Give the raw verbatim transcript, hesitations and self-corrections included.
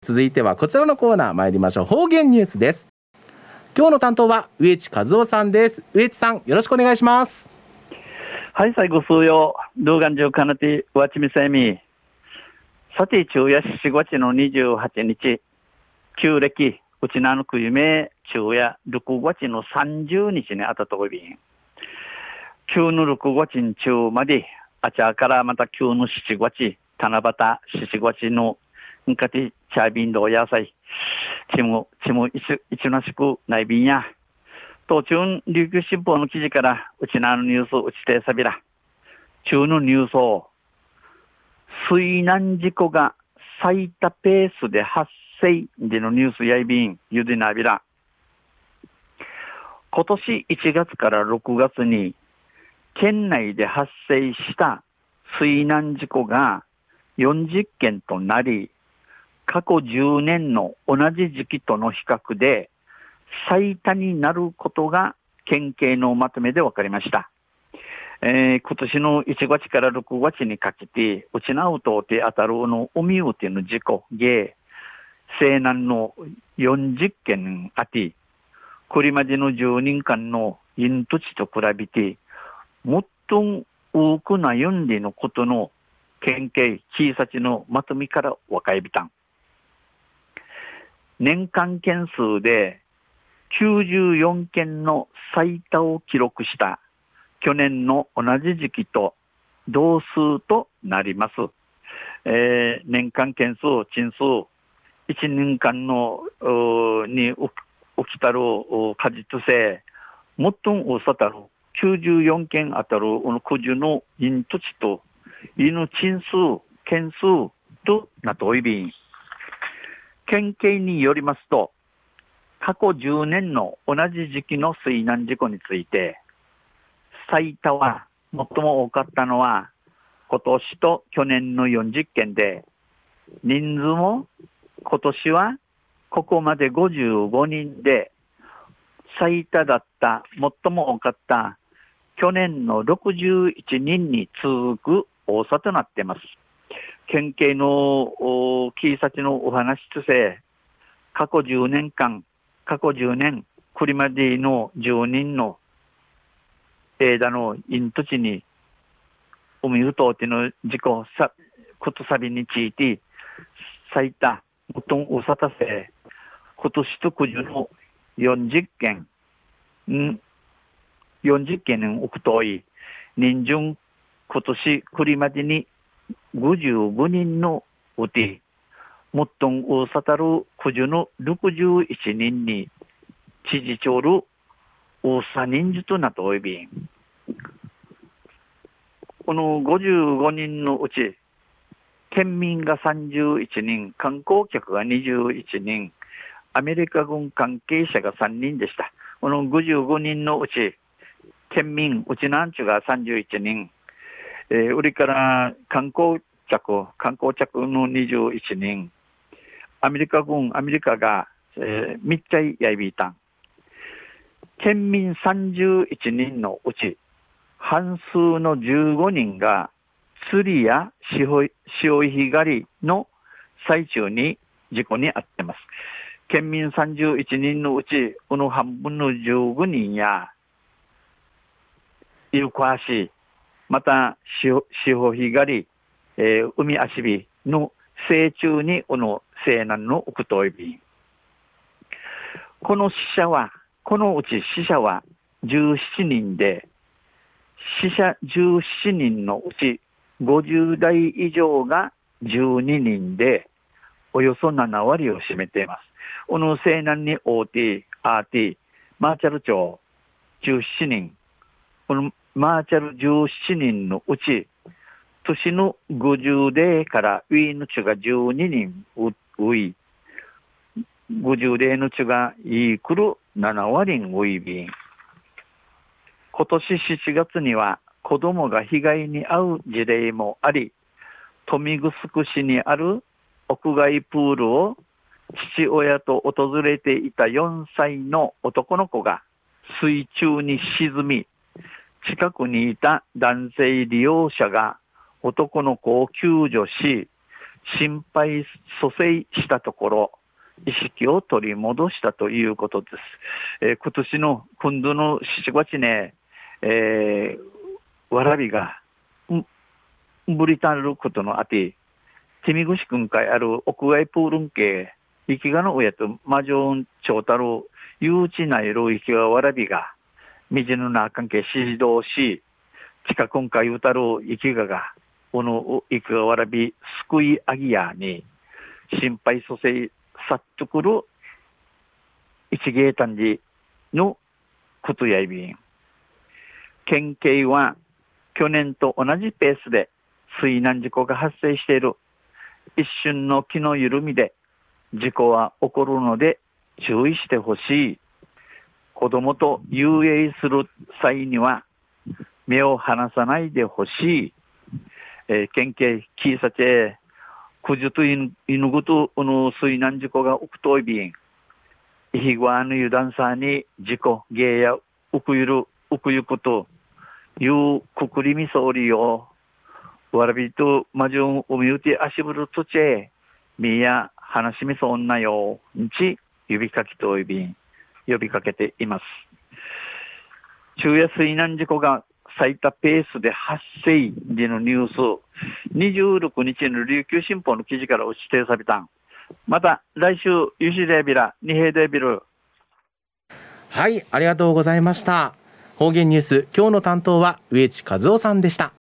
続いてはこちらのコーナー参りましょう。方言ニュースです。今日の担当は植地和夫さんです。植地さん、よろしくお願いします。 はい、最後数曜動画上かなてわちみせみさて昼夜しちがつのにじゅうはちにち旧暦うちなのくゆめ昼夜ろくがつのさんじゅうにちにあたとこびん旧のろくがつに中まであちゃからまた旧のしちがつ七夕しちがつのんかてチャービンド野菜ちもちもいついつなしくないびんや途中琉球新報の記事からうちなのニュースうちてさびら中のニュースを水難事故が最多ペースで発生でのニュースやいびんゆでなびら今年いちがつからろくがつに県内で発生した水難事故がよんじゅっけんとなり過去じゅうねんの同じ時期との比較で最多になることが県警のまとめで分かりました。えー、今年のいちがつからろくがつにかけてうちなうとてあたるの海うての事故芸西南のよんじゅっけんあってこれまでのじゅうねんかんのイントチと比べて最も多く悩んでのことの県警警察のまとめから分かりびたん年間件数できゅうじゅうよんけんの最多を記録した去年の同じ時期と同数となります。えー、年間件数、陳数、いちねんかんのに起きたる果実性、最も多さたるきゅうじゅうよんけんあたる九十のイントチと犬陳数、件数となっておいびん。県警によりますと、過去じゅうねんの同じ時期の水難事故について、最多は、最も多かったのは、今年と去年のよんじゅっけんで、人数も今年はここまでごじゅうごにんで、最多だった、最も多かった去年のろくじゅういちにんに続く多さとなっています。県警の警察のお話として過去じゅうねんかん過去じゅうねんこれまでのじゅうにんの間のイント地に海うとうての事故さことさびについて最多最も多さたせ今年と九十のよんじゅっけんんよんじゅっけん奥遠い人順今年これまでにごじゅうごにんのうて最も多さたる九十のろくじゅういちにんに知事長る多さ人数となっておいびんこのごじゅうごにんのうち県民がさんじゅういちにん観光客がにじゅういちにんアメリカ軍関係者がさんにんでした。このごじゅうごにんのうち県民うちなんちゅがさんじゅういちにんえー、売りから観光客、観光客のにじゅういちにん、アメリカ軍、アメリカが、えー、みっちゃいやいびいたん。県民さんじゅういちにんのうち、半数のじゅうごにんが、釣りや潮干狩りの最中に事故に遭っています。県民さんじゅういちにんのうち、この半分のじゅうごにんや、イルカ足、また潮干狩り、えー、海足火の成中にこの西南の奥といびこの死者はこのうち死者はじゅうななにんで死者じゅうななにんのうちごじゅうだい以上がじゅうににんでおよそななわりを占めています。この西南に オーティー、アーティー、マーチャル町じゅうななにんこのマーチャルじゅうななにんのうち、年のごじゅうでからウィーのちがじゅうににんうい、ごじゅうでのちがいくるななわりんういびん。今年しちがつには子供が被害に遭う事例もあり、豊見城市にある屋外プールを父親と訪れていたよんさいの男の子が水中に沈み、近くにいた男性利用者が男の子を救助し、 心肺蘇生したところ、意識を取り戻したということです。えー、今年の今度のしちがつね、えー、わらびがぶりたることのあて、テミグシ君会ある屋外プールン系、生きがの上と魔女長太郎、誘致内ろ生きがわらびが、水の中関係指導し、近今回歌る生きがが、この生きがわらび、救いあぎやに、心肺蘇生さっとくる、一芸単じのことやいびん。県警は、去年と同じペースで水難事故が発生している。一瞬の気の緩みで事故は起こるので注意してほしい。子供と遊泳する際には目を離さないでほしい。えー、県警キーサチェくじと犬ぐとの水難事故が起くといびん。イヒグアの油断さに事故芸やうくゆるうくゆくというくくりみそうりよ。わらびとまじゅんおみうて足ぶるとちえ、みや話しみそうなよ、んち、指かきといびん、呼びかけています。昼夜水難事故が最多ペースで発生時のニュース、にじゅうろくにちの琉球新報の記事から指定されたん。また、来週、ユシレビラ、ニヘデビル。 はい、ありがとうございました。方言ニュース、今日の担当は植地和夫さんでした。